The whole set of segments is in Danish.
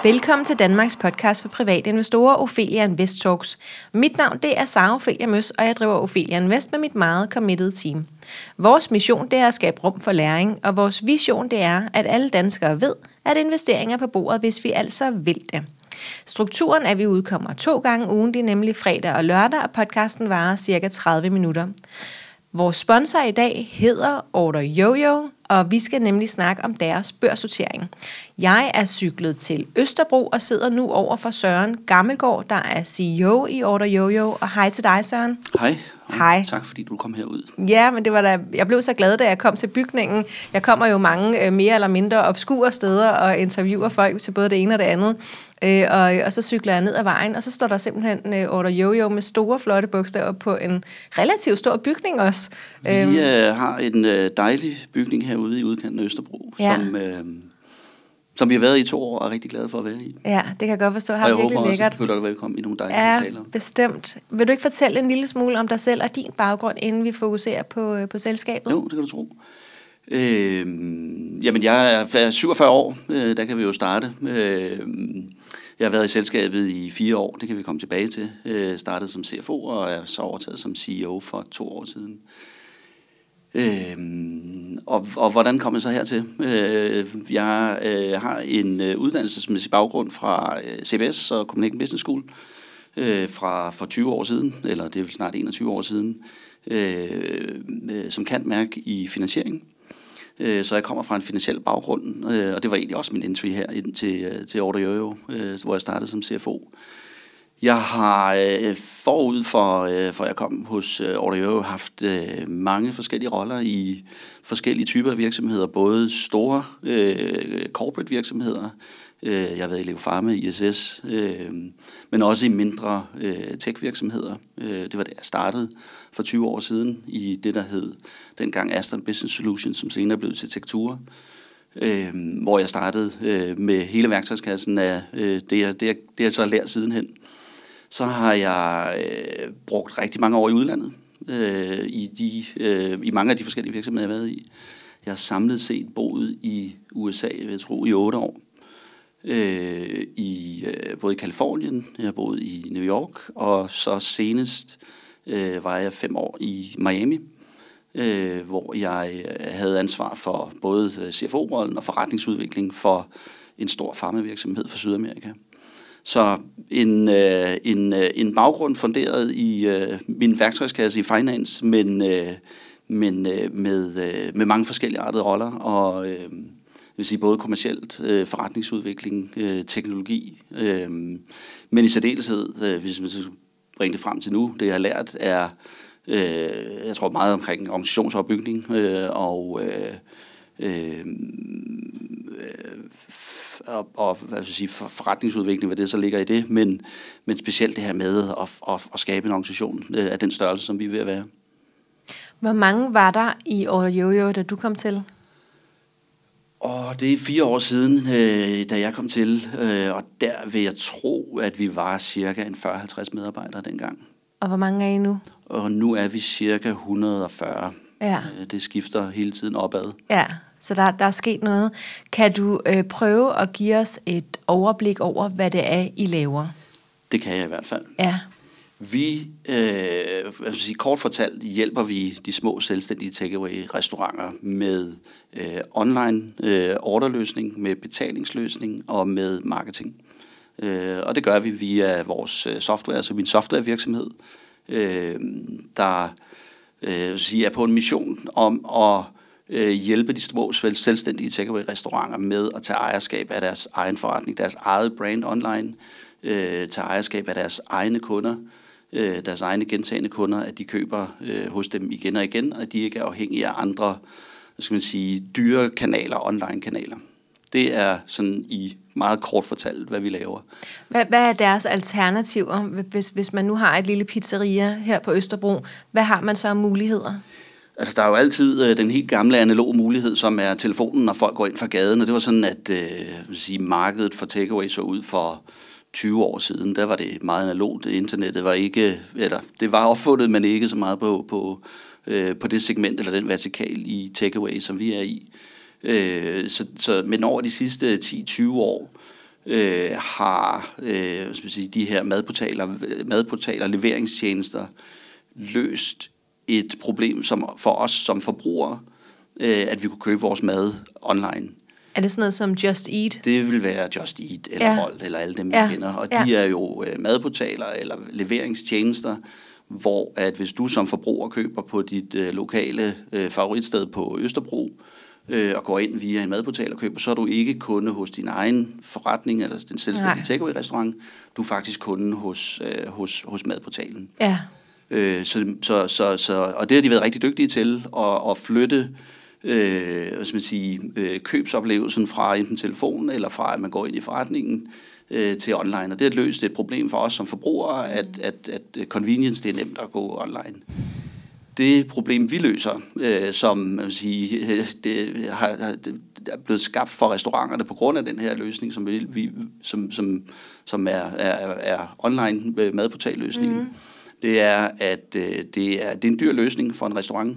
Velkommen til Danmarks podcast for private investorer, Ophelia Invest Talks. Mit navn det er Sara Ophelia Møs, og jeg driver Ophelia Invest med mit meget committed team. Vores mission det er at skabe rum for læring, og vores vision det er, at alle danskere ved, at investeringer er på bordet, hvis vi altså vil det. Strukturen er, at vi udkommer 2 gange ugen, det er nemlig fredag og lørdag, og podcasten varer cirka 30 minutter. Vores sponsor i dag hedder Order Yoyo, og vi skal nemlig snakke om deres børsnotering. Jeg er cyklet til Østerbro og sidder nu over for Søren Gammelgaard, der er CEO i Order Yoyo. Og hej til dig, Søren. Hej. Hej. Tak fordi du kom herud. Ja, men det var jeg blev så glad, da jeg kom til bygningen. Jeg kommer jo mange mere eller mindre obskure steder og interviewer folk til både det ene og det andet. Og så cykler jeg ned ad vejen, og så står der simpelthen Order Yoyo med store, flotte bogstaver på en relativt stor bygning også. Vi har en dejlig bygning herude i udkanten af Østerbro, ja. som vi har været i 2 år og er rigtig glade for at være i. Ja, det kan jeg godt forstå. Og jeg håber også, lækkert. at du føler dig velkommen i nogle dejlige lokaler. Ja, bestemt. Vil du ikke fortælle en lille smule om dig selv og din baggrund, inden vi fokuserer på selskabet? Jo, det kan du tro. Jamen, jeg er 47 år. Der kan vi jo starte. Jeg har været i selskabet i 4 år. Det kan vi komme tilbage til. Startede som CFO og er så overtaget som CEO for 2 år siden. Og hvordan kom jeg så hertil? Jeg har en uddannelsesmæssig baggrund fra CBS og Copenhagen Business School for 20 år siden, eller det er vel snart 21 år siden, som cand.merc i finansiering. Så jeg kommer fra en finansiel baggrund, og det var egentlig også min entry her ind til Order Yoyo, hvor jeg startede som CFO. Jeg har forud for jeg kom hos Order Yoyo haft mange forskellige roller i forskellige typer af virksomheder, både store corporate virksomheder, jeg har været i Leo Pharma, ISS, men også i mindre tech-virksomheder. Det var det, jeg startede for 20 år siden i det, der hed dengang Aston Business Solutions, som senere blev til Tektura, hvor jeg startede med hele værktøjskassen af det, jeg så har lært sidenhen. Så har jeg brugt rigtig mange år i udlandet, i mange af de forskellige virksomheder, jeg har været i. Jeg har samlet set boet i USA, jeg tror, i 8 år. Både i Californien, jeg har boet i New York, og så senest var jeg 5 år i Miami, hvor jeg havde ansvar for både CFO-rollen og forretningsudvikling for en stor farmavirksomhed for Sydamerika. Så en baggrund funderet i min værktøjskasse i finance, men med mange forskellige artede roller, og vil sige både kommercielt, forretningsudvikling, teknologi, men i særdeleshed, hvis man skal bringe det frem til nu, det jeg har lært er, jeg tror meget omkring organisationsopbygning og hvad skal jeg sige, forretningsudvikling, hvad det så ligger i det, men specielt det her med at skabe en organisation af den størrelse, som vi er ved at være. Hvor mange var der i Order Yoyo, da du kom til? Og det er 4 år siden, da jeg kom til, og der vil jeg tro, at vi var cirka 40-50 medarbejdere dengang. Og hvor mange er I nu? Og nu er vi cirka 140. Ja. Det skifter hele tiden opad. Ja, så der er sket noget. Kan du prøve at give os et overblik over, hvad det er, I laver? Det kan jeg i hvert fald. Ja. Vi, kort fortalt, hjælper vi de små selvstændige takeaway-restauranter med online orderløsning, med betalingsløsning og med marketing. Og det gør vi via vores software, altså min softwarevirksomhed, der er på en mission om at hjælpe de små selvstændige takeaway-restauranter med at tage ejerskab af deres egen forretning, deres eget brand online, tage ejerskab af deres egne kunder, deres egne gentagende kunder, at de køber hos dem igen og igen, og at de ikke er afhængige af andre, dyre kanaler, online kanaler. Det er sådan i meget kort fortalt, hvad vi laver. Hvad er deres alternativer, hvis man nu har et lille pizzeria her på Østerbro? Hvad har man så af muligheder? Altså, der er jo altid den helt gamle analoge mulighed, som er telefonen, når folk går ind fra gaden, og det var sådan, at markedet for takeaway så ud for 20 år siden. Der var det meget analogt. Internettet var ikke, eller det var opfundet, men ikke så meget på det segment eller den vertikal i takeaway, som vi er i. Men over de sidste 10-20 år, har de her madportaler, leveringstjenester, løst et problem som for os som forbrugere, at vi kunne købe vores mad online. Er det sådan noget som Just Eat? Det vil være Just Eat eller Bolt eller alle dem, vi kender. Og de er jo madportaler eller leveringstjenester, hvor at hvis du som forbruger køber på dit lokale favoritsted på Østerbro, og går ind via en madportal og køber, så er du ikke kunde hos din egen forretning eller den selvstændige takeaway-restaurant. Du er faktisk kunde hos madportalen. Ja. Og det har de været rigtig dygtige til at flytte købsoplevelsen fra enten telefonen eller fra at man går ind i forretningen til online. Og det har løst et problem for os som forbrugere, at convenience, det er nemt at gå online. Det problem, vi løser, som man vil sige, det er blevet skabt for restauranterne på grund af den her løsning, som er online madportalløsningen, det er, at det er en dyr løsning for en restaurant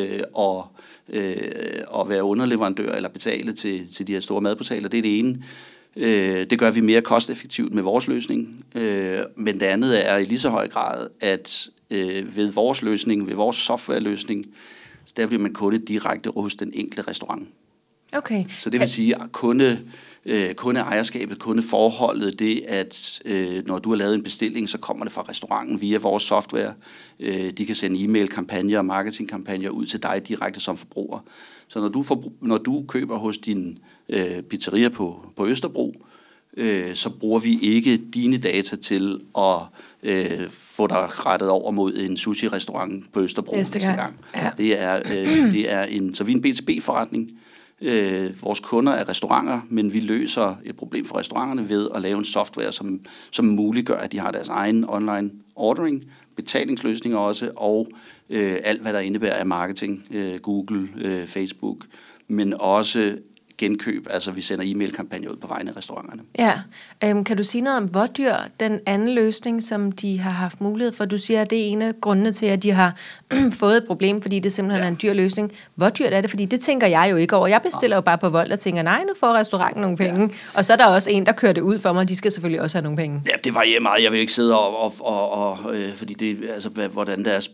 at være underleverandør eller betale til de her store madportaler. Det er det ene. Det gør vi mere kosteffektivt med vores løsning. Men det andet er i lige så høj grad, at ved vores løsning, ved vores softwareløsning, der bliver man kunde direkte hos den enkelte restaurant. Okay. Så det vil sige, at kundeejerskabet, kundeforholdet, det at når du har lavet en bestilling, så kommer det fra restauranten via vores software. De kan sende e-mail-kampagner og marketingkampagner ud til dig direkte som forbruger. Så når du køber hos din pizzeria på Østerbro, så bruger vi ikke dine data til at få dig rettet over mod en sushi-restaurant på Østerbro næste gang. Ja. Så vi er en B2B-forretning. Vores kunder er restauranter, men vi løser et problem for restauranterne ved at lave en software, som muliggør, at de har deres egen online ordering, betalingsløsninger også, og alt, hvad der indebærer af marketing, Google, Facebook, men også genkøb, altså vi sender e-mail-kampagner ud på vegne af restauranterne. Ja, kan du sige noget om, hvor dyr den anden løsning, som de har haft mulighed for? Du siger, at det er en af grundene til, at de har fået et problem, fordi det simpelthen er en dyr løsning. Hvor dyrt er det? Fordi det tænker jeg jo ikke over. Jeg bestiller jo bare på Volt og tænker, nej, nu får restauranten nogle penge. Ja. Og så er der også en, der kører det ud for mig, og de skal selvfølgelig også have nogle penge. Ja, det varierer meget. Jeg vil ikke sidde fordi det altså hvordan deres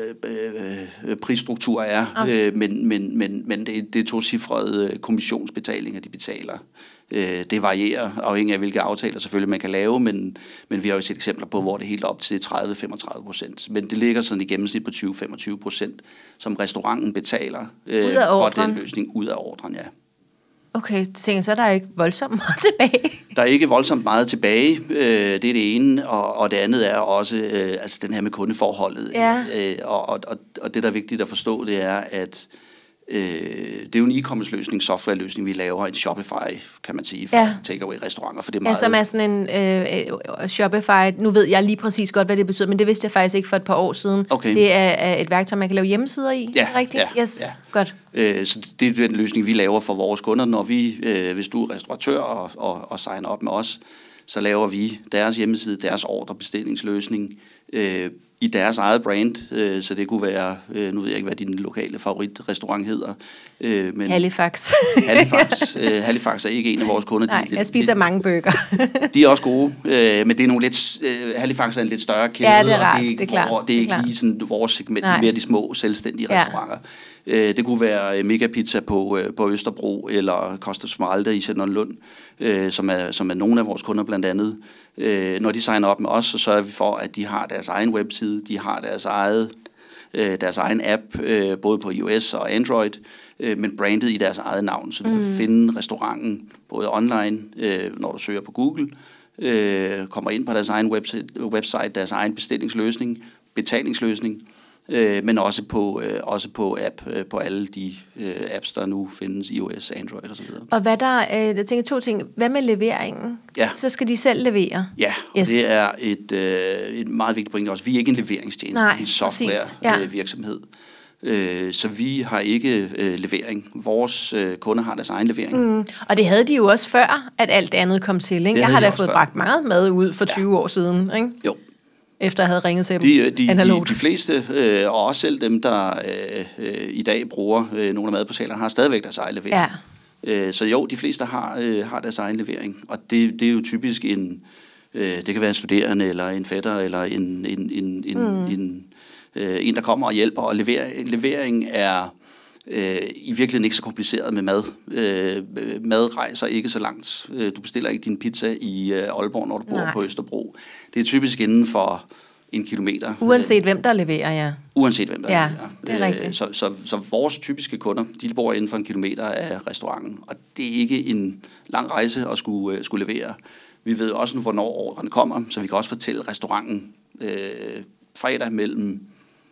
prisstruktur er, okay. Men det er tocifrede kommissionsbetalinger, de betaler. Det varierer afhængig af, hvilke aftaler selvfølgelig man kan lave, men vi har jo set eksempler på, hvor det er helt op til 30-35%. Men det ligger sådan i gennemsnit på 20-25%, som restauranten betaler for den løsning ud af ordren, ja. Okay, så er der ikke voldsomt meget tilbage. Der er ikke voldsomt meget tilbage, det er det ene, og det andet er også altså den her med kundeforholdet. Ja. Og det, der er vigtigt at forstå, det er, at det er jo en e-commerce-løsning, software-løsning, vi laver, en Shopify, kan man sige, for takeaway-restauranter. For det er meget... Ja, som er sådan en Shopify, nu ved jeg lige præcis godt, hvad det betyder, men det vidste jeg faktisk ikke for et par år siden. Okay. Det er et værktøj, man kan lave hjemmesider i, rigtigt? Ja, yes. Godt. Så det er den løsning, vi laver for vores kunder, når hvis du er restauratør og signer op med os, så laver vi deres hjemmeside, deres ordrebestillingsløsning, i deres eget brand, så det kunne være, nu ved jeg ikke, hvad din lokale favoritrestaurant hedder. Men Halifax. Halifax er ikke en af vores kunder. Nej, jeg spiser mange burger. De er også gode, men det er nogle lidt, Halifax er en lidt større kæde, ja, det er rart, og det er ikke lige sådan vores segment, mere de små selvstændige restauranter. Det kunne være Mega Pizza på Østerbro, eller Costa Smeralda i Charlottenlund, som er nogle af vores kunder blandt andet. Når de signer op med os, så sørger vi for, at de har deres egen webside, de har deres egen app, både på iOS og Android, men brandet i deres eget navn, så du kan finde restauranten både online, når du søger på Google, kommer ind på deres egen website, deres egen bestillingsløsning, betalingsløsning, men også på app, på alle de apps, der nu findes, iOS, Android og så videre. Og hvad jeg tænker 2 ting. Hvad med leveringen? Ja. Så skal de selv levere? Ja, og det er et meget vigtigt point også. Vi er ikke en leveringstjeneste, vi er en softwarevirksomhed. Så vi har ikke levering. Vores kunder har deres egen levering. Og det havde de jo også før, at alt andet kom til. Ikke? Jeg har da fået bragt meget mad ud for 20 år siden. Ikke? Jo. Efter jeg havde ringet til dem analogt. De fleste, og også selv dem, der i dag bruger nogle af madportalerne, har stadigvæk deres egen levering. Så jo, de fleste har deres egen levering, og det er jo typisk det kan være en studerende, eller en fætter, eller en der kommer og hjælper, og levering er i virkeligheden ikke så kompliceret med mad. Mad rejser ikke så langt. Du bestiller ikke din pizza i Aalborg, når du bor på Østerbro. Det er typisk inden for 1 kilometer. Uanset hvem der leverer, ja. Uanset hvem der leverer. Det er rigtigt. Så vores typiske kunder, de bor inden for 1 kilometer af restauranten, og det er ikke en lang rejse at skulle levere. Vi ved også, hvornår ordren kommer, så vi kan også fortælle restauranten fredag mellem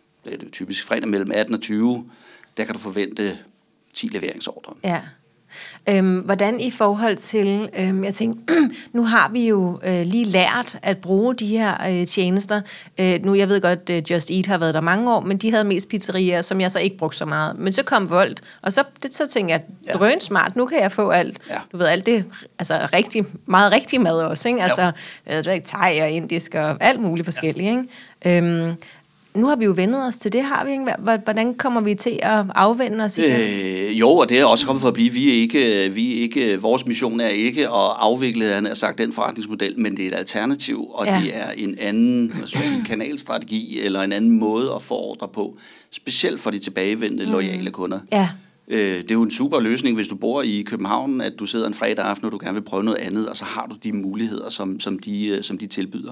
18 og 20, der kan du forvente 10 leveringsordre. Ja. Hvordan i forhold til, jeg tænker, nu har vi jo lige lært at bruge de her tjenester. Jeg ved godt, Just Eat har været der mange år, men de havde mest pizzerier, som jeg så ikke brugte så meget. Men så kom Volt, og så tænkte jeg, drønsmart, nu kan jeg få alt. Ja. Du ved, alt det, altså meget rigtig mad også, ikke? Altså, thai og indisk og alt muligt forskelligt, ikke? Nu har vi jo vendet os til det, har vi ikke? Hvordan kommer vi til at afvende os i det? Jo, og det er også kommet for at blive. Vores mission er ikke at afvikle, han har sagt, den forretningsmodel, men det er et alternativ, og det er en anden kanalstrategi, eller en anden måde at få ordre på, specielt for de tilbagevendende, loyale kunder. Ja. Det er jo en super løsning, hvis du bor i København, at du sidder en fredag aften, og du gerne vil prøve noget andet, og så har du de muligheder, som de tilbyder.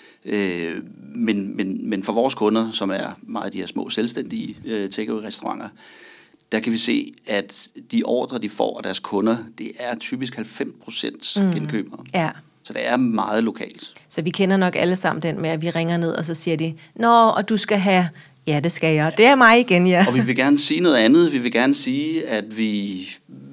Men for vores kunder, som er meget af de her små selvstændige takeaway-restauranter, der kan vi se, at de ordre, de får af deres kunder, det er typisk 90% genkøbere. Ja. Så det er meget lokalt. Så vi kender nok alle sammen den med, at vi ringer ned, og så siger de, nå, og du skal have... Ja, det skal jeg. Det er mig igen, ja. Og vi vil gerne sige noget andet. Vi vil gerne sige, at vi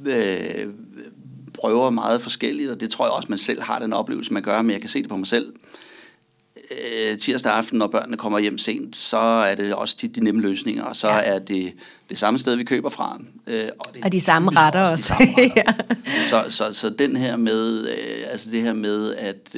prøver meget forskelligt, og det tror jeg også, man selv har den oplevelse, man gør, men jeg kan se det på mig selv. Tirsdag aften, når børnene kommer hjem sent, så er det også tit de nemme løsninger, og så er det samme sted, vi køber fra. Og de samme retter også. Så den her med, det her med,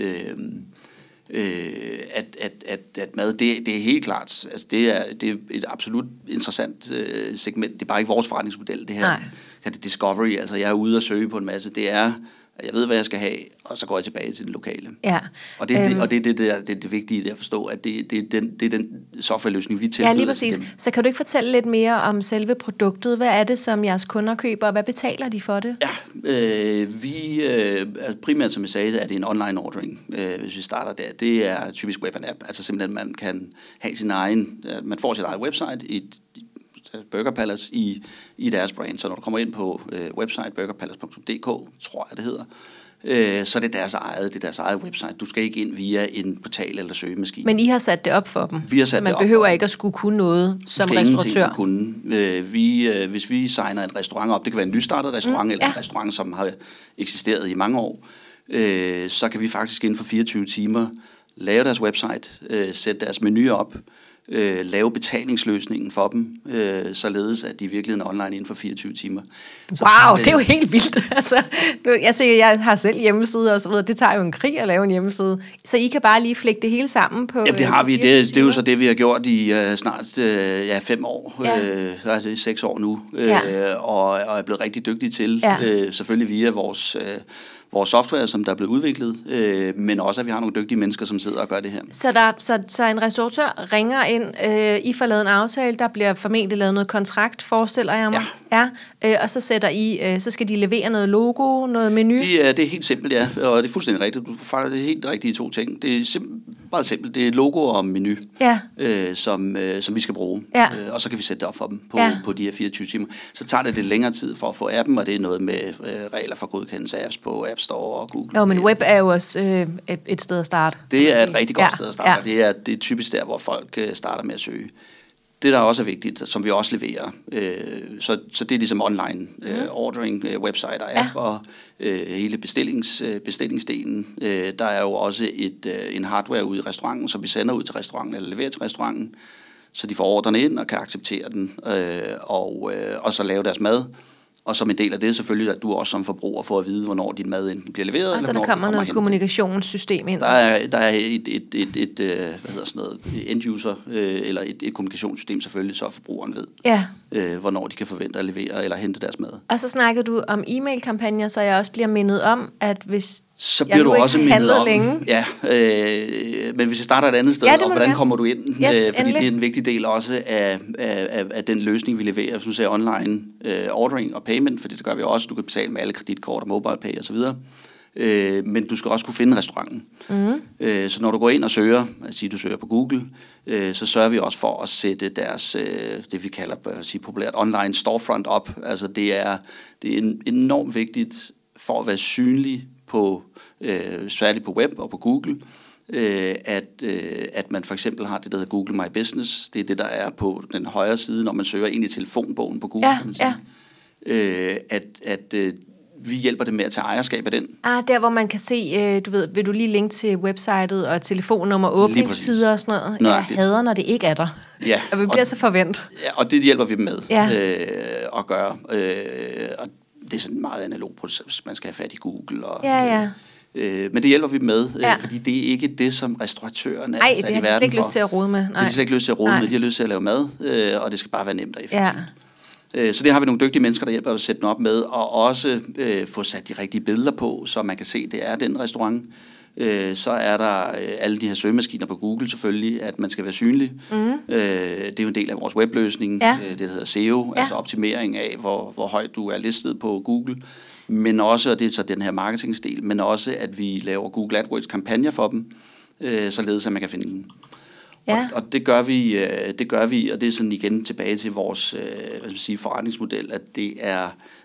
at mad, det er helt klart, altså det er et absolut interessant segment. Det er bare ikke vores forretningsmodel, det her. Det discovery, altså jeg er ude og søge på en masse, det er... Jeg ved, hvad jeg skal have, og så går jeg tilbage til det lokale. Ja. Og det er det vigtige, det at forstå, at det er den softwareløsning, vi tilbyder. Ja, lige præcis. Så kan du ikke fortælle lidt mere om selve produktet? Hvad er det, som jeres kunder køber, og hvad betaler de for det? Ja, primært, som jeg sagde, er det en online ordering, hvis vi starter der. Det er typisk web and app, altså simpelthen, man kan have sin egen, man får sit eget website i Burger Palace i deres brand. Så når du kommer ind på website burgerpalace.dk, tror jeg det hedder, så er det deres eget website. Du skal ikke ind via en portal eller søgemaskine. Men I har sat det op for dem? Vi har sat så man behøver ikke at skulle kunne noget som restauratør? Kunne. Hvis vi signer en restaurant op, det kan være en nystartet restaurant, eller en restaurant, som har eksisteret i mange år, så kan vi faktisk inden for 24 timer lave deres website, sætte deres menu op, lave betalingsløsningen for dem, således at de virkelig er online inden for 24 timer. Wow, det er jo helt vildt. Altså, jeg har selv hjemmeside og så videre. Det tager jo en krig at lave en hjemmeside. Så I kan bare lige flægge det hele sammen på... Ja, det har vi. Det er jo så det, vi har gjort i snart 5 år. Altså 6 år nu. Og er blevet rigtig dygtige til. Selvfølgelig via vores software, som der er blevet udviklet, men også, at vi har nogle dygtige mennesker, som sidder og gør det her. Så en restauratør ringer ind, I får lavet en aftale, der bliver formentlig lavet noget kontrakt, forestiller jeg mig. Ja. Og så så skal de levere noget logo, noget menu. Det er helt simpelt, ja, og det er fuldstændig rigtigt. Du får det helt rigtige 2 ting. Det er meget simpelt. Det er logo og menu, som vi skal bruge. Ja. Og så kan vi sætte det op for dem på de her 24 timer. Så tager det lidt længere tid for at få appen, og det er noget med regler for godkendelse af apps på App Store og Google. Jo, men web er jo også et sted at starte. Det er et rigtig godt sted at starte. Ja. Det er typisk der, hvor folk starter med at søge. Det, der også er vigtigt, som vi også leverer, så det er ligesom online ordering, website og app, og hele bestillingsdelen. Der er jo også en hardware ude i restauranten, som vi sender ud til restauranten, eller leverer til restauranten, så de får ordrene ind og kan acceptere den, og så lave deres mad. Og som en del af det selvfølgelig, at du også som forbruger får at vide, hvornår din mad enten bliver leveret, altså, eller der kommer noget kommunikationssystem ind. Der er et hvad hedder sådan noget, end-user, eller et kommunikationssystem selvfølgelig, så forbrugeren ved, hvornår de kan forvente at levere eller hente deres mad. Og så snakker du om e-mail-kampagner, så jeg også bliver mindet om, at hvis så bliver du også mindet om, længe. Ja, men hvis jeg starter et andet sted, og hvordan kommer du ind? Fordi det er en vigtig del også af den løsning, vi leverer, hvis du siger online ordering og payment, fordi det gør vi også. Du kan betale med alle kreditkort og MobilePay og så videre. Men du skal også kunne finde restauranten. Så når du går ind og søger, du søger på Google, så sørger vi også for at sætte deres, det vi kalder populært online storefront op. Altså det er enormt vigtigt for at være synlig på, særligt på web og på Google, at man for eksempel har det, der hedder Google My Business. Det er det, der er på den højre side, når man søger ind i telefonbogen på Google. Kan man sige. Vi hjælper dem med at tage ejerskab af den. Der hvor man kan se, vil du lige linke til websitet og telefonnummer, åbningstider og sådan noget. Jeg hader, når det ikke er der. Ja. Og vi bliver så forvent. Ja, og det hjælper vi dem med at gøre. Og det er sådan en meget analog proces, man skal have fat i Google. Og, men det hjælper vi med, fordi det er ikke det, som restauratørerne er sat i verden for. Nej, det har de slet ikke lyst til at rode med. Det har de slet ikke lyst til at rode med. De har lyst til at lave mad, og det skal bare være nemt og effektivt. Så det har vi nogle dygtige mennesker, der hjælper os at sætte den op med, og også få sat de rigtige billeder på, så man kan se, det er den restaurant. Så er der alle de her søgemaskiner på Google selvfølgelig, at man skal være synlig. Det er jo en del af vores webløsning, det hedder SEO, altså optimering af, hvor højt du er listet på Google. Men også, og det er så den her marketingsdel, men også, at vi laver Google AdWords kampagner for dem, således at man kan finde dem. Og det gør vi, og det er sådan igen tilbage til vores forretningsmodel, at det er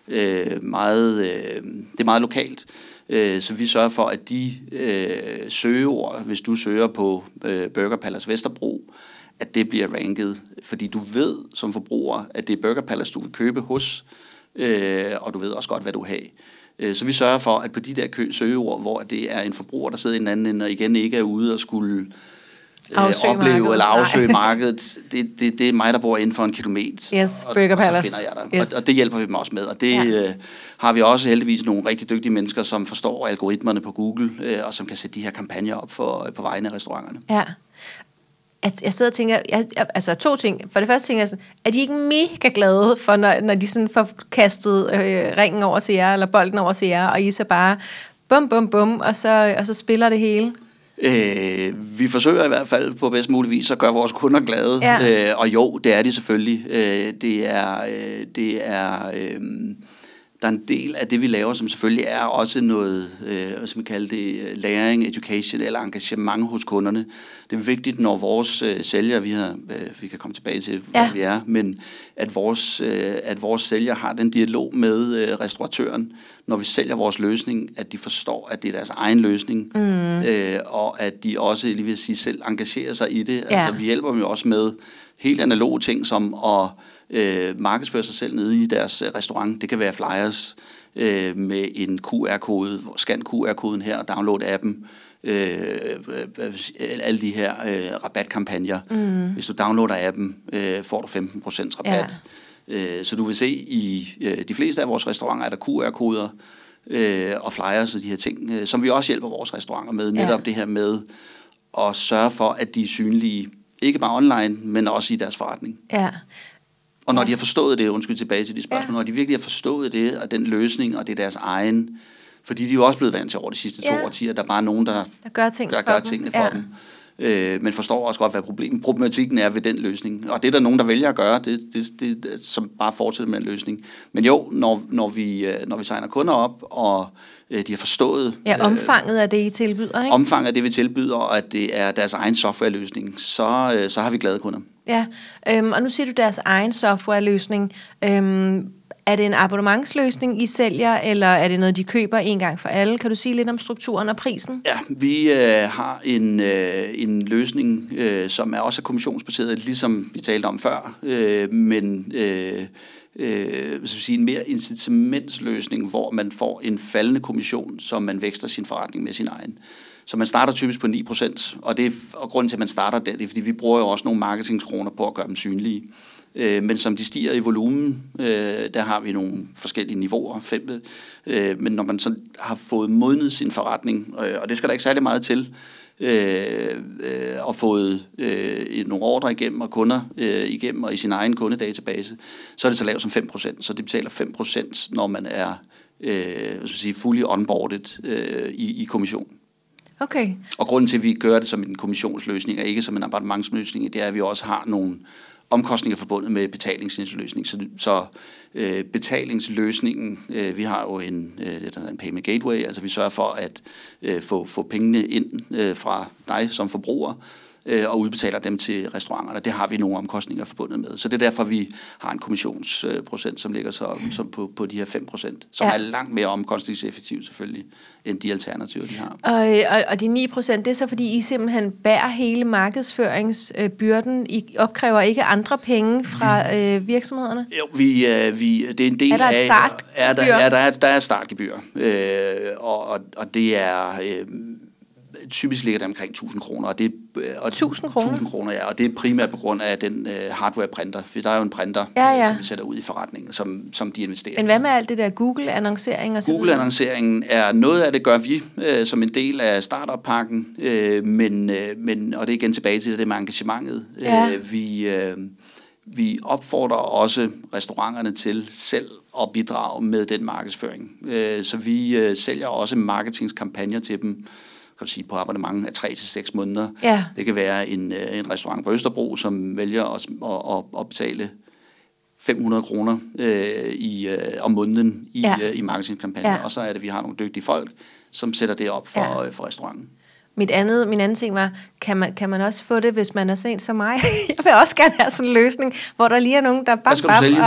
meget lokalt. Så vi sørger for, at de søgeord, hvis du søger på Burger Palace Vesterbro, at det bliver ranket, fordi du ved som forbruger, at det er Burger Palace, du vil købe hos, og du ved også godt, hvad du har. Så vi sørger for, at på de der søgeord, hvor det er en forbruger, der sidder i en anden ende, og igen ikke er ude og skulle opleve eller afsøge markedet. Det er mig, der bor inden for 1 kilometer. Yes, Burger Palace. Og så finder jeg dig. Og det hjælper vi dem også med. Og det har vi også heldigvis nogle rigtig dygtige mennesker, som forstår algoritmerne på Google, og som kan sætte de her kampagner op på vegne af restauranterne. Ja. Jeg sidder og tænker, altså 2 ting. For det første tænker jeg sådan, er de ikke mega glade for, når de sådan får kastet ringen over til jer, eller bolden over til jer, og I så bare bum, bum, bum, og så spiller det hele? Vi forsøger i hvert fald på bedst mulig vis at gøre vores kunder glade, og jo, det er de selvfølgelig. Der er en del af det, vi laver, som selvfølgelig er også noget, som vi kalder det, læring, education eller engagement hos kunderne. Det er vigtigt, når vores sælgere, vi kan komme tilbage til, hvor vi er, men at vores sælgere har den dialog med restauratøren, når vi sælger vores løsning, at de forstår, at det er deres egen løsning, og at de også, lige vil sige, selv engagerer sig i det. Altså, vi hjælper dem jo også med helt analoge ting, som at markedsføre sig selv nede i deres restaurant. Det kan være flyers med en QR-kode, scan QR-koden her og download appen. Alle de her rabatkampagner. Hvis du downloader appen, får du 15% rabat. Så du vil se, i de fleste af vores restauranter er der QR-koder og flyers og de her ting, som vi også hjælper vores restauranter med. Netop det her med at sørge for, at de er synlige, ikke bare online, men også i deres forretning. Og når de har forstået det, undskyld tilbage til de spørgsmål, når de virkelig har forstået det, og den løsning, og det er deres egen, fordi de er jo også blevet vant til over de sidste 2 årtier, der er bare nogen, der gør tingene for dem. Men forstår også godt, hvad problematikken er ved den løsning. Og det er der nogen, der vælger at gøre, det som bare fortsætter med en løsning. Men jo, når vi signer kunder op, og de har forstået omfanget af det, I tilbyder, ikke? Omfanget af det, vi tilbyder, og at det er deres egen softwareløsning, så har vi glade kunder. Ja, og nu siger du deres egen softwareløsning. Er det en abonnementsløsning, I sælger, eller er det noget, de køber en gang for alle? Kan du sige lidt om strukturen og prisen? Ja, vi har en løsning, som er også kommissionsbaseret, ligesom vi talte om før, men en mere incitamentsløsning, hvor man får en faldende kommission, som man vækster sin forretning med sin egen. Så man starter typisk på 9%, og grunden til, at man starter der, det er, fordi vi bruger jo også nogle marketingskroner på at gøre dem synlige. Men som de stiger i volumen, der har vi nogle forskellige niveauer. Men når man så har fået modnet sin forretning, og det skal der ikke særlig meget til, og fået nogle ordre igennem og kunder igennem og i sin egen kundedatabase, så er det så lavt som 5%. Så det betaler 5%, når man er fully onboarded i kommission. Okay. Og grunden til, at vi gør det som en kommissionsløsning og ikke som en abonnementsløsning, det er, at vi også har nogle omkostninger forbundet med betalingsløsning. Så betalingsløsningen, vi har jo det der hedder en payment gateway, altså vi sørger for at få pengene ind fra dig som forbruger, og udbetaler dem til restauranterne. Det har vi nogle omkostninger forbundet med. Så det er derfor, vi har en kommissionsprocent, som ligger som på de her 5%, som er langt mere omkostningseffektivt selvfølgelig, end de alternativer, de har. Og de 9%, det er så fordi, I simpelthen bærer hele markedsføringsbyrden. I opkræver ikke andre penge fra virksomhederne? Jo, det er en del af... Er der et startgebyr? Der er et startgebyr. Og det er... typisk ligger det omkring 1.000 kroner. 1.000 kroner? 1.000 kroner, ja. Og det er primært på grund af den hardware-printer. For der er jo en printer, som vi sætter ud i forretningen, som de investerer. Men hvad med alt det der Google-annoncering og så videre? Google-annonceringen er noget af det, gør vi som en del af startup-pakken. Men og det er igen tilbage til det med engagementet. Ja. Vi opfordrer også restauranterne til selv at bidrage med den markedsføring. Så vi sælger også marketingskampagner til dem, kan du sige, på abonnement af 3 til 6 måneder. Ja. Det kan være en restaurant på Østerbro, som vælger at betale 500 kroner om måneden i marketingskampagner. Ja. Og så er det, vi har nogle dygtige folk, som sætter det op for restauranten. Min anden ting var, kan man også få det, hvis man er sent som mig? Jeg vil også gerne have sådan en løsning, hvor der lige er nogen, der Hvad skal du sælge?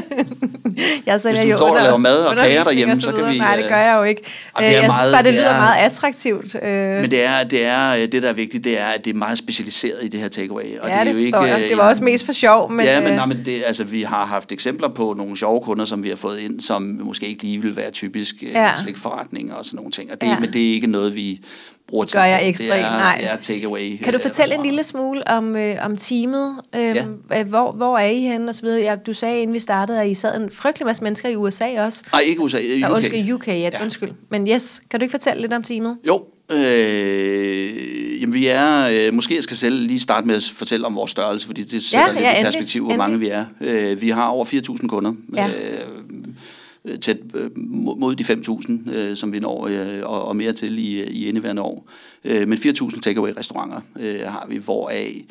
Jeg sælger hvis du står og laver mad og kager derhjemme, så kan vi... Nej, det gør jeg jo ikke. Jeg synes bare, det lyder meget attraktivt. Men det, der er vigtigt, det er, at det er meget specialiseret i det her takeaway. Og ja, det er jo ikke, det var også mest for sjov. Men, men vi har haft eksempler på nogle sjove kunder, som vi har fået ind, som måske ikke lige vil være typisk slikforretninger og sådan nogle ting. Og men det er ikke noget, vi... Det gør jeg ekstremt, nej. Det er takeaway. Kan du fortælle en lille smule om teamet? Hvor er I henne og så videre? Du sagde, inden vi startede, at I sad en frygtelig masse mennesker i USA også. Nej, ikke USA, UK. UK, undskyld. Men kan du ikke fortælle lidt om teamet? Jo. Jamen vi er, måske jeg skal lige starte med at fortælle om vores størrelse, fordi det sætter lidt i perspektiv, hvor mange vi er. Vi har over 4.000 kunder. Ja. Tæt mod de 5.000, som vi når og mere til i indeværende år. Men 4.000 takeaway-restauranter har vi, hvoraf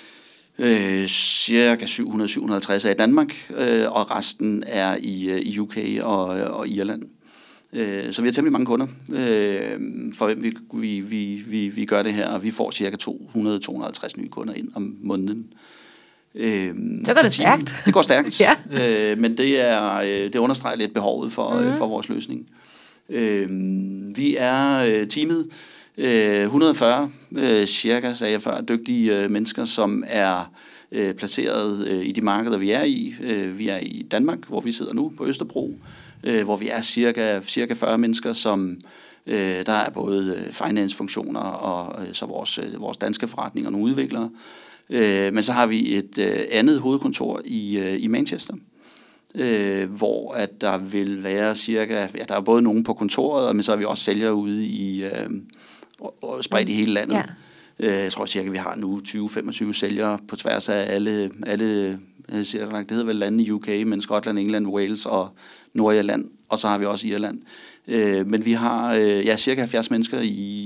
cirka 700-750 er i Danmark, og resten er i UK og Irland. Så vi har temmelig mange kunder, for hvem vi gør det her, og vi får cirka 200-250 nye kunder ind om måneden. Så går det stærkt. Det går stærkt, men det understreger lidt behovet for vores løsning. Vi er teamet 140 cirka, sagde jeg før, dygtige mennesker, som er placeret i de markeder, vi er i. Vi er i Danmark, hvor vi sidder nu på Østerbro, hvor vi er cirka 40 mennesker, som der er både finance-funktioner og så vores danske forretninger og nogle udviklere. Men så har vi et andet hovedkontor i Manchester, hvor at der vil være cirka, der er både nogen på kontoret, men så har vi også sælgere ude i spredt i hele landet. Ja. Jeg tror cirka, vi har nu 20-25 sælgere på tværs af alle det hedder vel lande i UK, men Skotland, England, Wales og Nordirland, og så har vi også Irland. Men vi har cirka 70 mennesker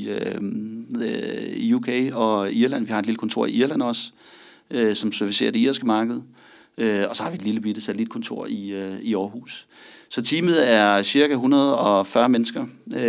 i UK og Irland. Vi har et lille kontor i Irland også, som servicerer det irske marked. Og så har vi et lille bitte satellitkontor i Aarhus. Så teamet er cirka 140 mennesker.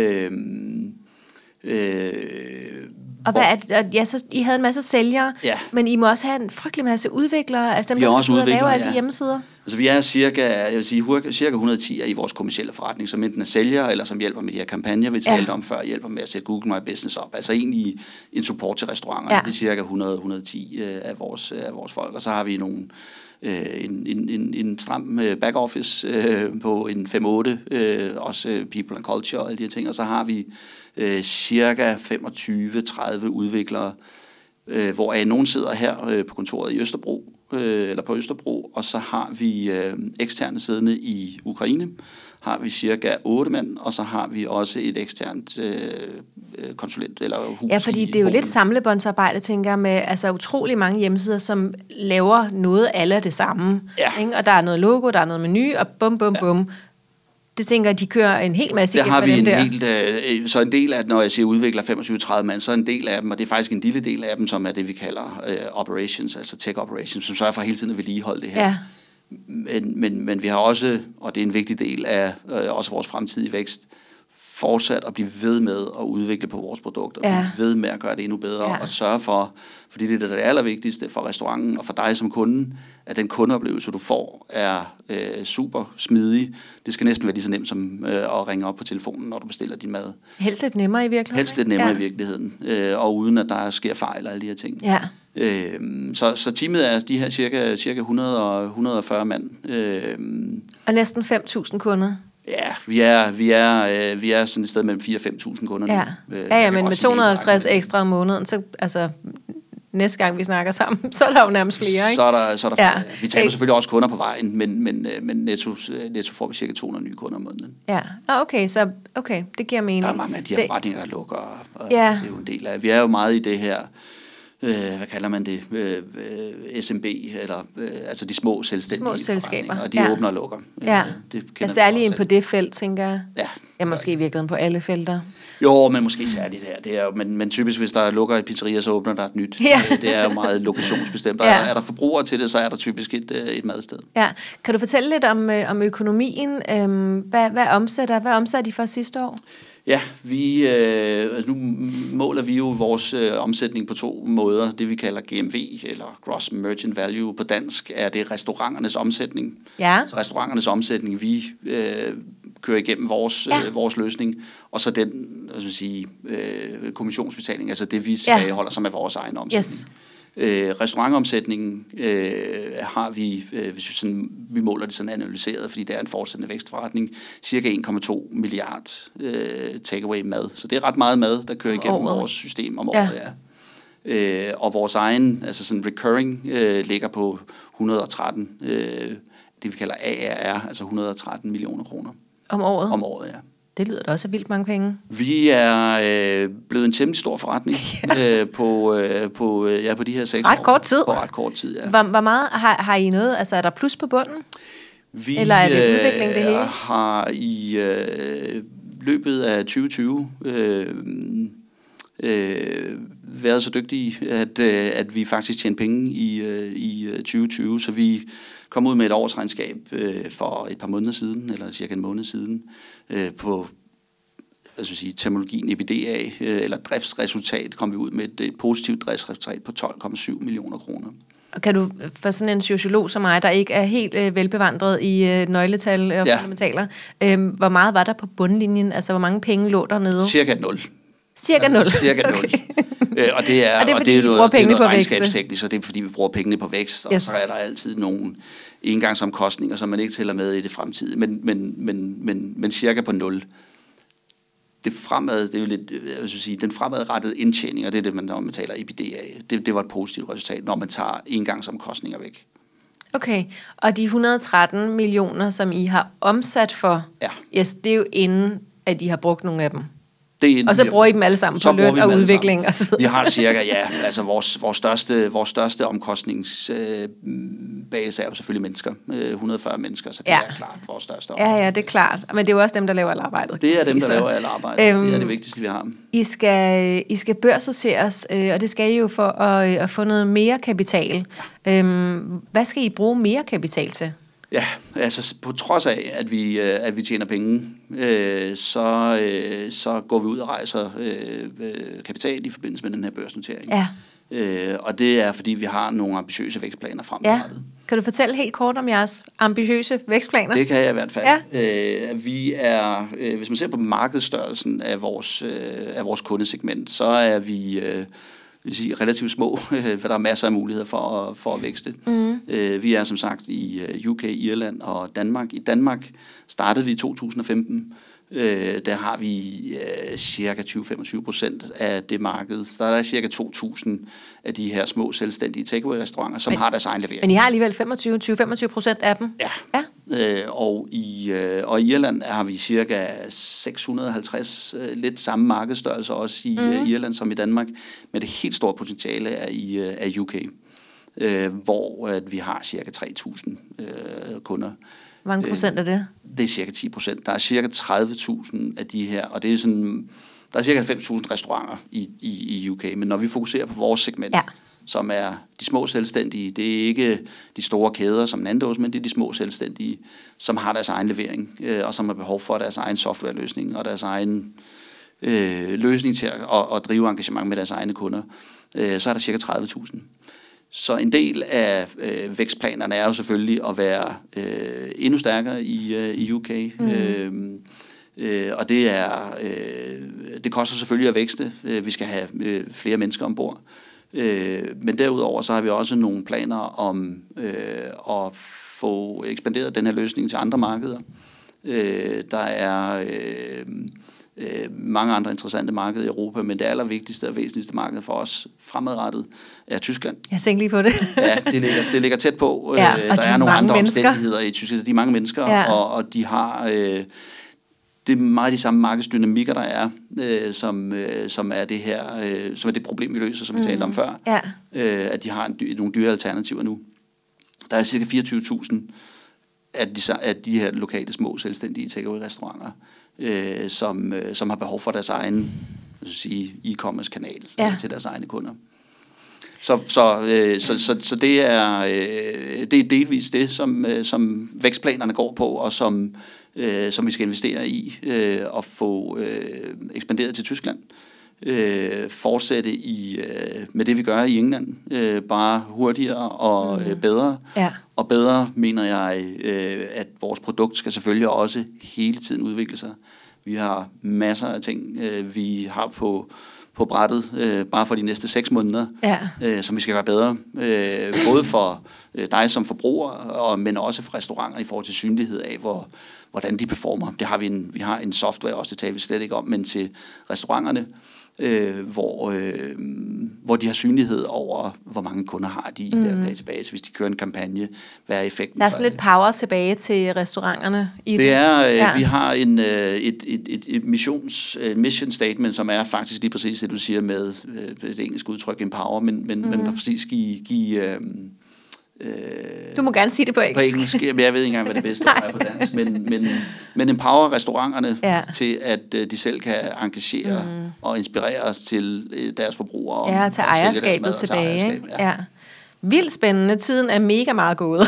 Og hvad er det? Så I havde en masse sælgere, men I må også have en frygtelig masse udviklere, altså dem, der skal lave alle de hjemmesider. Altså vi er cirka 110 i vores kommercielle forretning, som enten er sælgere, eller som hjælper med de her kampagner, vi talte om før, hjælper med at sætte Google My Business op. Altså egentlig en support til restauranterne. Det er cirka 100-110 af vores folk. Og så har vi nogle en stram back-office på en 5-8, også people and culture og alle de her ting. Og så har vi cirka 25-30 udviklere, hvoraf nogen sidder her på kontoret i Østerbro, eller på Østerbro, og så har vi eksterne siddende i Ukraine, har vi cirka 8 mand, og så har vi også et eksternt konsulent eller hus. Ja, fordi det er jo lidt samlebåndsarbejde, tænker jeg, med altså utrolig mange hjemmesider, som laver noget alle det samme. Ja. Ikke? Og der er noget logo, der er noget menu, og bum. Det tænker jeg, de kører en hel masse igennem med dem der. Der har vi en helt, så en del af, når jeg siger udvikler 25-30 mand, så en del af dem, og det er faktisk en lille del af dem, som er det, vi kalder operations, altså tech operations, som sørger for hele tiden at vedligeholde det her. Ja. Men vi har også, og det er en vigtig del af også vores fremtidige vækst, fortsat at blive ved med at udvikle på vores produkter, og blive ved med at gøre det endnu bedre, og sørge for, fordi det er det allervigtigste for restauranten og for dig som kunde, at den kundeoplevelse, du får, er super smidig. Det skal næsten være lige så nemt som at ringe op på telefonen, når du bestiller din mad. Helst lidt nemmere i virkeligheden. Helst lidt nemmere i virkeligheden, og uden at der sker fejl og alle de her ting. Ja. Så teamet er de her cirka 140 mand. Og næsten 5.000 kunder. Ja, vi er sådan et sted mellem 4-5.000 kunder nu. Ja, men med 250 ekstra om måneden, så altså næste gang vi snakker sammen, så er der jo nærmest flere, ikke? Så er der flere. Vi tager selvfølgelig også kunder på vejen, men netto får vi cirka 200 nye kunder om måneden. Ja, okay, det giver mening. Der er mange af de her forretninger, der lukker, og det er jo en del af. Vi er jo meget i det her, hvad kalder man det, SMB, eller altså de små selvstændige selskaber, og de åbner og lukker. Det særligt ind på det felt, tænker jeg. Ja, måske i virkeligheden på alle felter. Jo, men måske særligt her. Det er jo, men typisk, hvis der lukker et pizzeria, så åbner der et nyt. Det er jo meget lokationsbestemt. Er der forbrugere til det, så er der typisk et madsted. Ja. Kan du fortælle lidt om økonomien? Hvad omsætter de for sidste år? Ja, nu måler vi jo vores omsætning på 2 måder. Det vi kalder GMV, eller Gross Merchant Value på dansk, er det restauranternes omsætning. Ja. Så restauranternes omsætning, vi kører igennem vores løsning, og så den kommissionsbetaling, altså det vi tilbageholder, som er vores egen omsætning. Yes. Restaurantomsætningen har vi, hvis vi måler det sådan analyseret, fordi det er en fortsættende vækstforretning, cirka 1,2 milliard takeaway mad. Så det er ret meget mad, der kører igennem vores system om året. Ja. Og vores egen, altså sådan recurring, ligger på 113, det vi kalder ARR, altså 113 millioner kroner. Om året? Om året, ja. Det lyder da også af vildt mange penge. Vi er blevet en temmelig stor forretning på de her 6 år. Ret kort tid. På ret kort tid, ja. Hvor meget har I noget? Altså er der plus på bunden? Eller er det udvikling det hele? Vi har i løbet af 2020 været så dygtige, at vi faktisk tjente penge i 2020, så vi kom ud med et årsregnskab for et par måneder siden, eller cirka en måned siden, på terminologien EBITDA, eller driftsresultat, kom vi ud med et positivt driftsresultat på 12,7 millioner kroner. Og kan du, for sådan en sociolog som mig, der ikke er helt velbevandret i nøgletal og fundamentaler, hvor meget var der på bundlinjen? Altså, hvor mange penge lå dernede? Cirka 0. Cirka 0? Cirka 0. Okay. Og det er, fordi vi bruger pengene på vækst? Regnskabsteknisk, og det er fordi, vi bruger pengene på vækst, og så er der altid nogle engangsomkostninger, som man ikke tæller med i det fremtidige, men cirka på 0. Det er jo lidt, den fremadrettede indtjening, og det er det, når man taler EBITDA af, det var et positivt resultat, når man tager engangsomkostninger væk. Okay, og de 113 millioner, som I har omsat for, det er jo inden, at de har brugt nogle af dem. Og så bruger I dem alle sammen på løn og udvikling og så videre. Vi har cirka, altså vores største omkostningsbase er jo selvfølgelig mennesker, 140 mennesker, så det er klart vores største omkostning. Ja, det er klart, men det er jo også dem, der laver alt arbejdet. Det er dem, der laver alt arbejdet, det er det vigtigste, vi har. I skal børsnoteres, og det skal I jo for at få noget mere kapital. Hvad skal I bruge mere kapital til? Ja, altså på trods af, at vi tjener penge, så går vi ud og rejser kapital i forbindelse med den her børsnotering. Ja. Og det er, fordi vi har nogle ambitiøse vækstplaner fremadrettet. Ja. Kan du fortælle helt kort om jeres ambitiøse vækstplaner? Det kan jeg i hvert fald. Ja. Vi er, hvis man ser på markedsstørrelsen af vores kundesegment, så er vi relativt små, for der er masser af muligheder for at vækste. Vi er som sagt i UK, Irland og Danmark. I Danmark startede vi i 2015 Der har vi cirka 20-25% af det marked. Der er cirka 2.000 af de her små selvstændige takeaway-restauranter, som har deres egen levering. Men I har alligevel 20-25% af dem? Ja. Og i Irland har vi cirka 650, lidt samme markedsstørrelse også i Irland som i Danmark, men det helt store potentiale er i UK, hvor vi har cirka 3.000 kunder. Hvor mange procent er det? Det er cirka 10%. Der er cirka 30.000 af de her, og det er sådan, der er cirka 90.000 restauranter i UK, men når vi fokuserer på vores segment, som er de små selvstændige, det er ikke de store kæder som Nando's, men det er de små selvstændige, som har deres egen levering, og som har behov for deres egen softwareløsning og deres egen løsning til at drive engagement med deres egne kunder. Så er der cirka 30.000. Så en del af vækstplanerne er jo selvfølgelig at være endnu stærkere i UK. Og det koster selvfølgelig at vækste. Vi skal have flere mennesker ombord. Men derudover så har vi også nogle planer om at få ekspanderet den her løsning til andre markeder. Der er mange andre interessante markeder i Europa, men det allervigtigste og væsentligste marked for os fremadrettet er Tyskland. Jeg tænker lige på det. Ja, det ligger tæt på. Der er nogle andre omstændigheder i Tyskland. De er mange mennesker, og de har det er meget de samme markedsdynamikker, der er, som er det her, som er det problem, vi løser, som vi talte om før. At de har nogle dyre alternativer nu. Der er cirka 24.000 af de her lokale små selvstændige takeaway-restauranter, som har behov for deres egen e-commerce kanal til deres egne kunder. Så det er delvis det, som vækstplanerne går på, og som vi skal investere i og få ekspanderet til Tyskland. Fortsætte med det, vi gør i England, bare hurtigere og bedre. Og bedre mener jeg, at vores produkt skal selvfølgelig også hele tiden udvikle sig. Vi har masser af ting, vi har på brættet, bare for de næste 6 måneder, som vi skal gøre bedre. Både for dig som forbruger, men også for restauranter i forhold til synlighed af, hvordan de performer. Det har vi har en software også, det taler vi slet ikke om, men til restauranterne, hvor de har synlighed over, hvor mange kunder har de i deres database, hvis de kører en kampagne, hvad er effekten? Der er sådan lidt power tilbage til restauranterne i det. Det er, vi har et mission statement, som er faktisk lige præcis det, du siger med det engelske udtryk empower, men præcis give du må gerne sige det på engelsk. På engelsk. Jeg ved ikke engang, hvad det bedste er på dansk, men empower restauranterne til, at de selv kan engagere og inspirere os til deres forbrugere. Ja, til ejerskabet tilbage. Ja. Vildt spændende. Tiden er mega meget gået.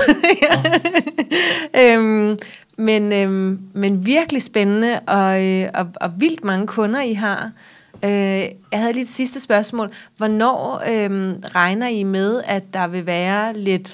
Men virkelig spændende, og vildt mange kunder, I har. Jeg havde lige et sidste spørgsmål. Hvornår regner I med, at der vil være lidt...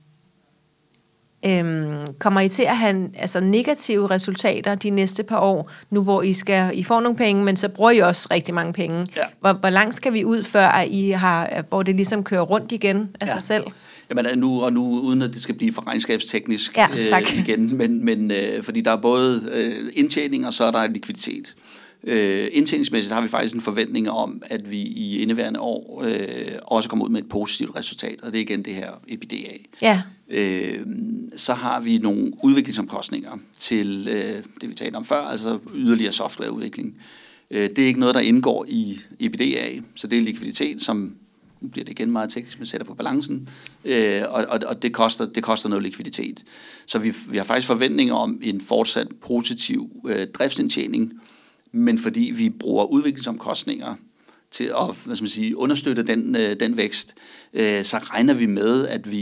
kommer I til at have negative resultater de næste par år, nu hvor I får nogle penge, men så bruger I også rigtig mange penge? Hvor langt skal vi ud, før hvor det ligesom kører rundt igen af sig selv? Jamen nu uden at det skal blive for regnskabsteknisk igen, men fordi der er både indtjening, og så er der likviditet. Indtjeningsmæssigt har vi faktisk en forventning om, at vi i indeværende år også kommer ud med et positivt resultat, og det er igen det her EBITDA. Så har vi nogle udviklingsomkostninger til det, vi talte om før, altså yderligere softwareudvikling. Det er ikke noget, der indgår i EBITDA, så det er likviditet, som nu bliver det igen meget teknisk, man sætter på balancen, og det koster noget likviditet. Så vi har faktisk forventninger om en fortsat positiv driftsindtjening, men fordi vi bruger udviklingsomkostninger til at understøtte den vækst, så regner vi med,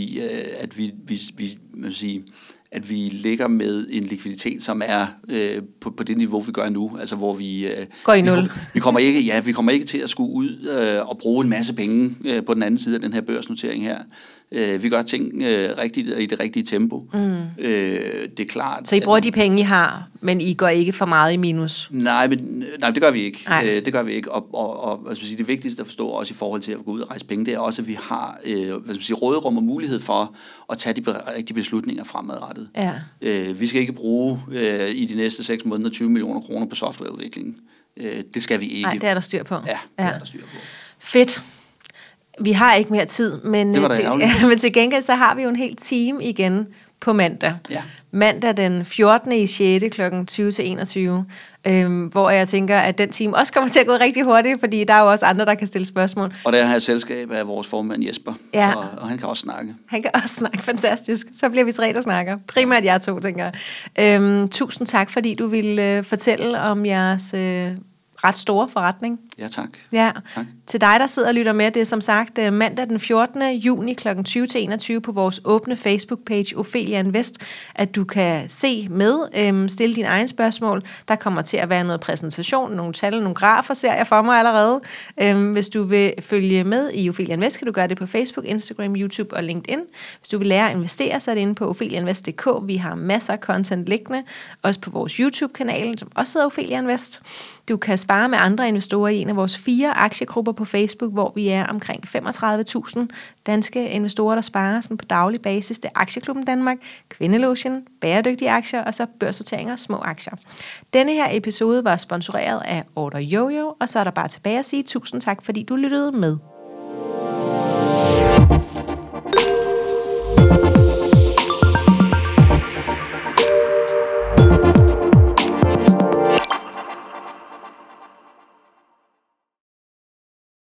at vi ligger med en likviditet, som er på det niveau, vi gør nu, altså hvor vi går i nul. Vi kommer ikke til at skulle ud og bruge en masse penge på den anden side af den her børsnotering her. Vi gør ting rigtigt i det rigtige tempo. Det er klart. Så I bruger de penge, I har, men I går ikke for meget i minus? Nej, det gør vi ikke. Det gør vi ikke. Og det vigtigste at forstå også i forhold til at gå ud og rejse penge, det er også, at vi har råderum og mulighed for at tage de rigtige beslutninger fremadrettet. startede. Ja. Vi skal ikke bruge i de næste 6 måneder 20 millioner kroner på softwareudvikling. Det skal vi ikke. Nej, det er der styr på. Ja, det er der styr på. Fedt. Vi har ikke mere tid, men, men til gengæld så har vi jo en hel time igen på mandag. Ja. Mandag den 14. i 6. kl. 20-21, hvor jeg tænker, at den time også kommer til at gå rigtig hurtigt, fordi der er jo også andre, der kan stille spørgsmål. Og der har jeg selskab af vores formand Jesper, ja. og han kan også snakke. Han kan også snakke, fantastisk. Så bliver vi 3, der snakker. Primært jer 2, tænker jeg. Tusind tak, fordi du ville fortælle om jeres ret store forretning. Ja, tak. Ja. Tak. Til dig, der sidder og lytter med, det er som sagt mandag den 14. juni kl. 20-21 på vores åbne Facebook-page Ophelia Invest, at du kan se med, stille dine egne spørgsmål. Der kommer til at være noget præsentation, nogle tal, nogle grafer, ser jeg for mig allerede. Hvis du vil følge med i Ophelia Invest, kan du gøre det på Facebook, Instagram, YouTube og LinkedIn. Hvis du vil lære at investere, så er det inde på opheliainvest.dk. Vi har masser af content liggende, også på vores YouTube-kanal, som også hedder Ophelia Invest. Du kan spare med andre investorer i en af vores 4 aktiegrupper på Facebook, hvor vi er omkring 35.000 danske investorer, der sparer sådan på daglig basis. Det er Aktieklubben Danmark, Kvindelotion, bæredygtige aktier og så børsnoteringer og små aktier. Denne her episode var sponsoreret af Order Yoyo, og så er der bare tilbage at sige tusind tak, fordi du lyttede med.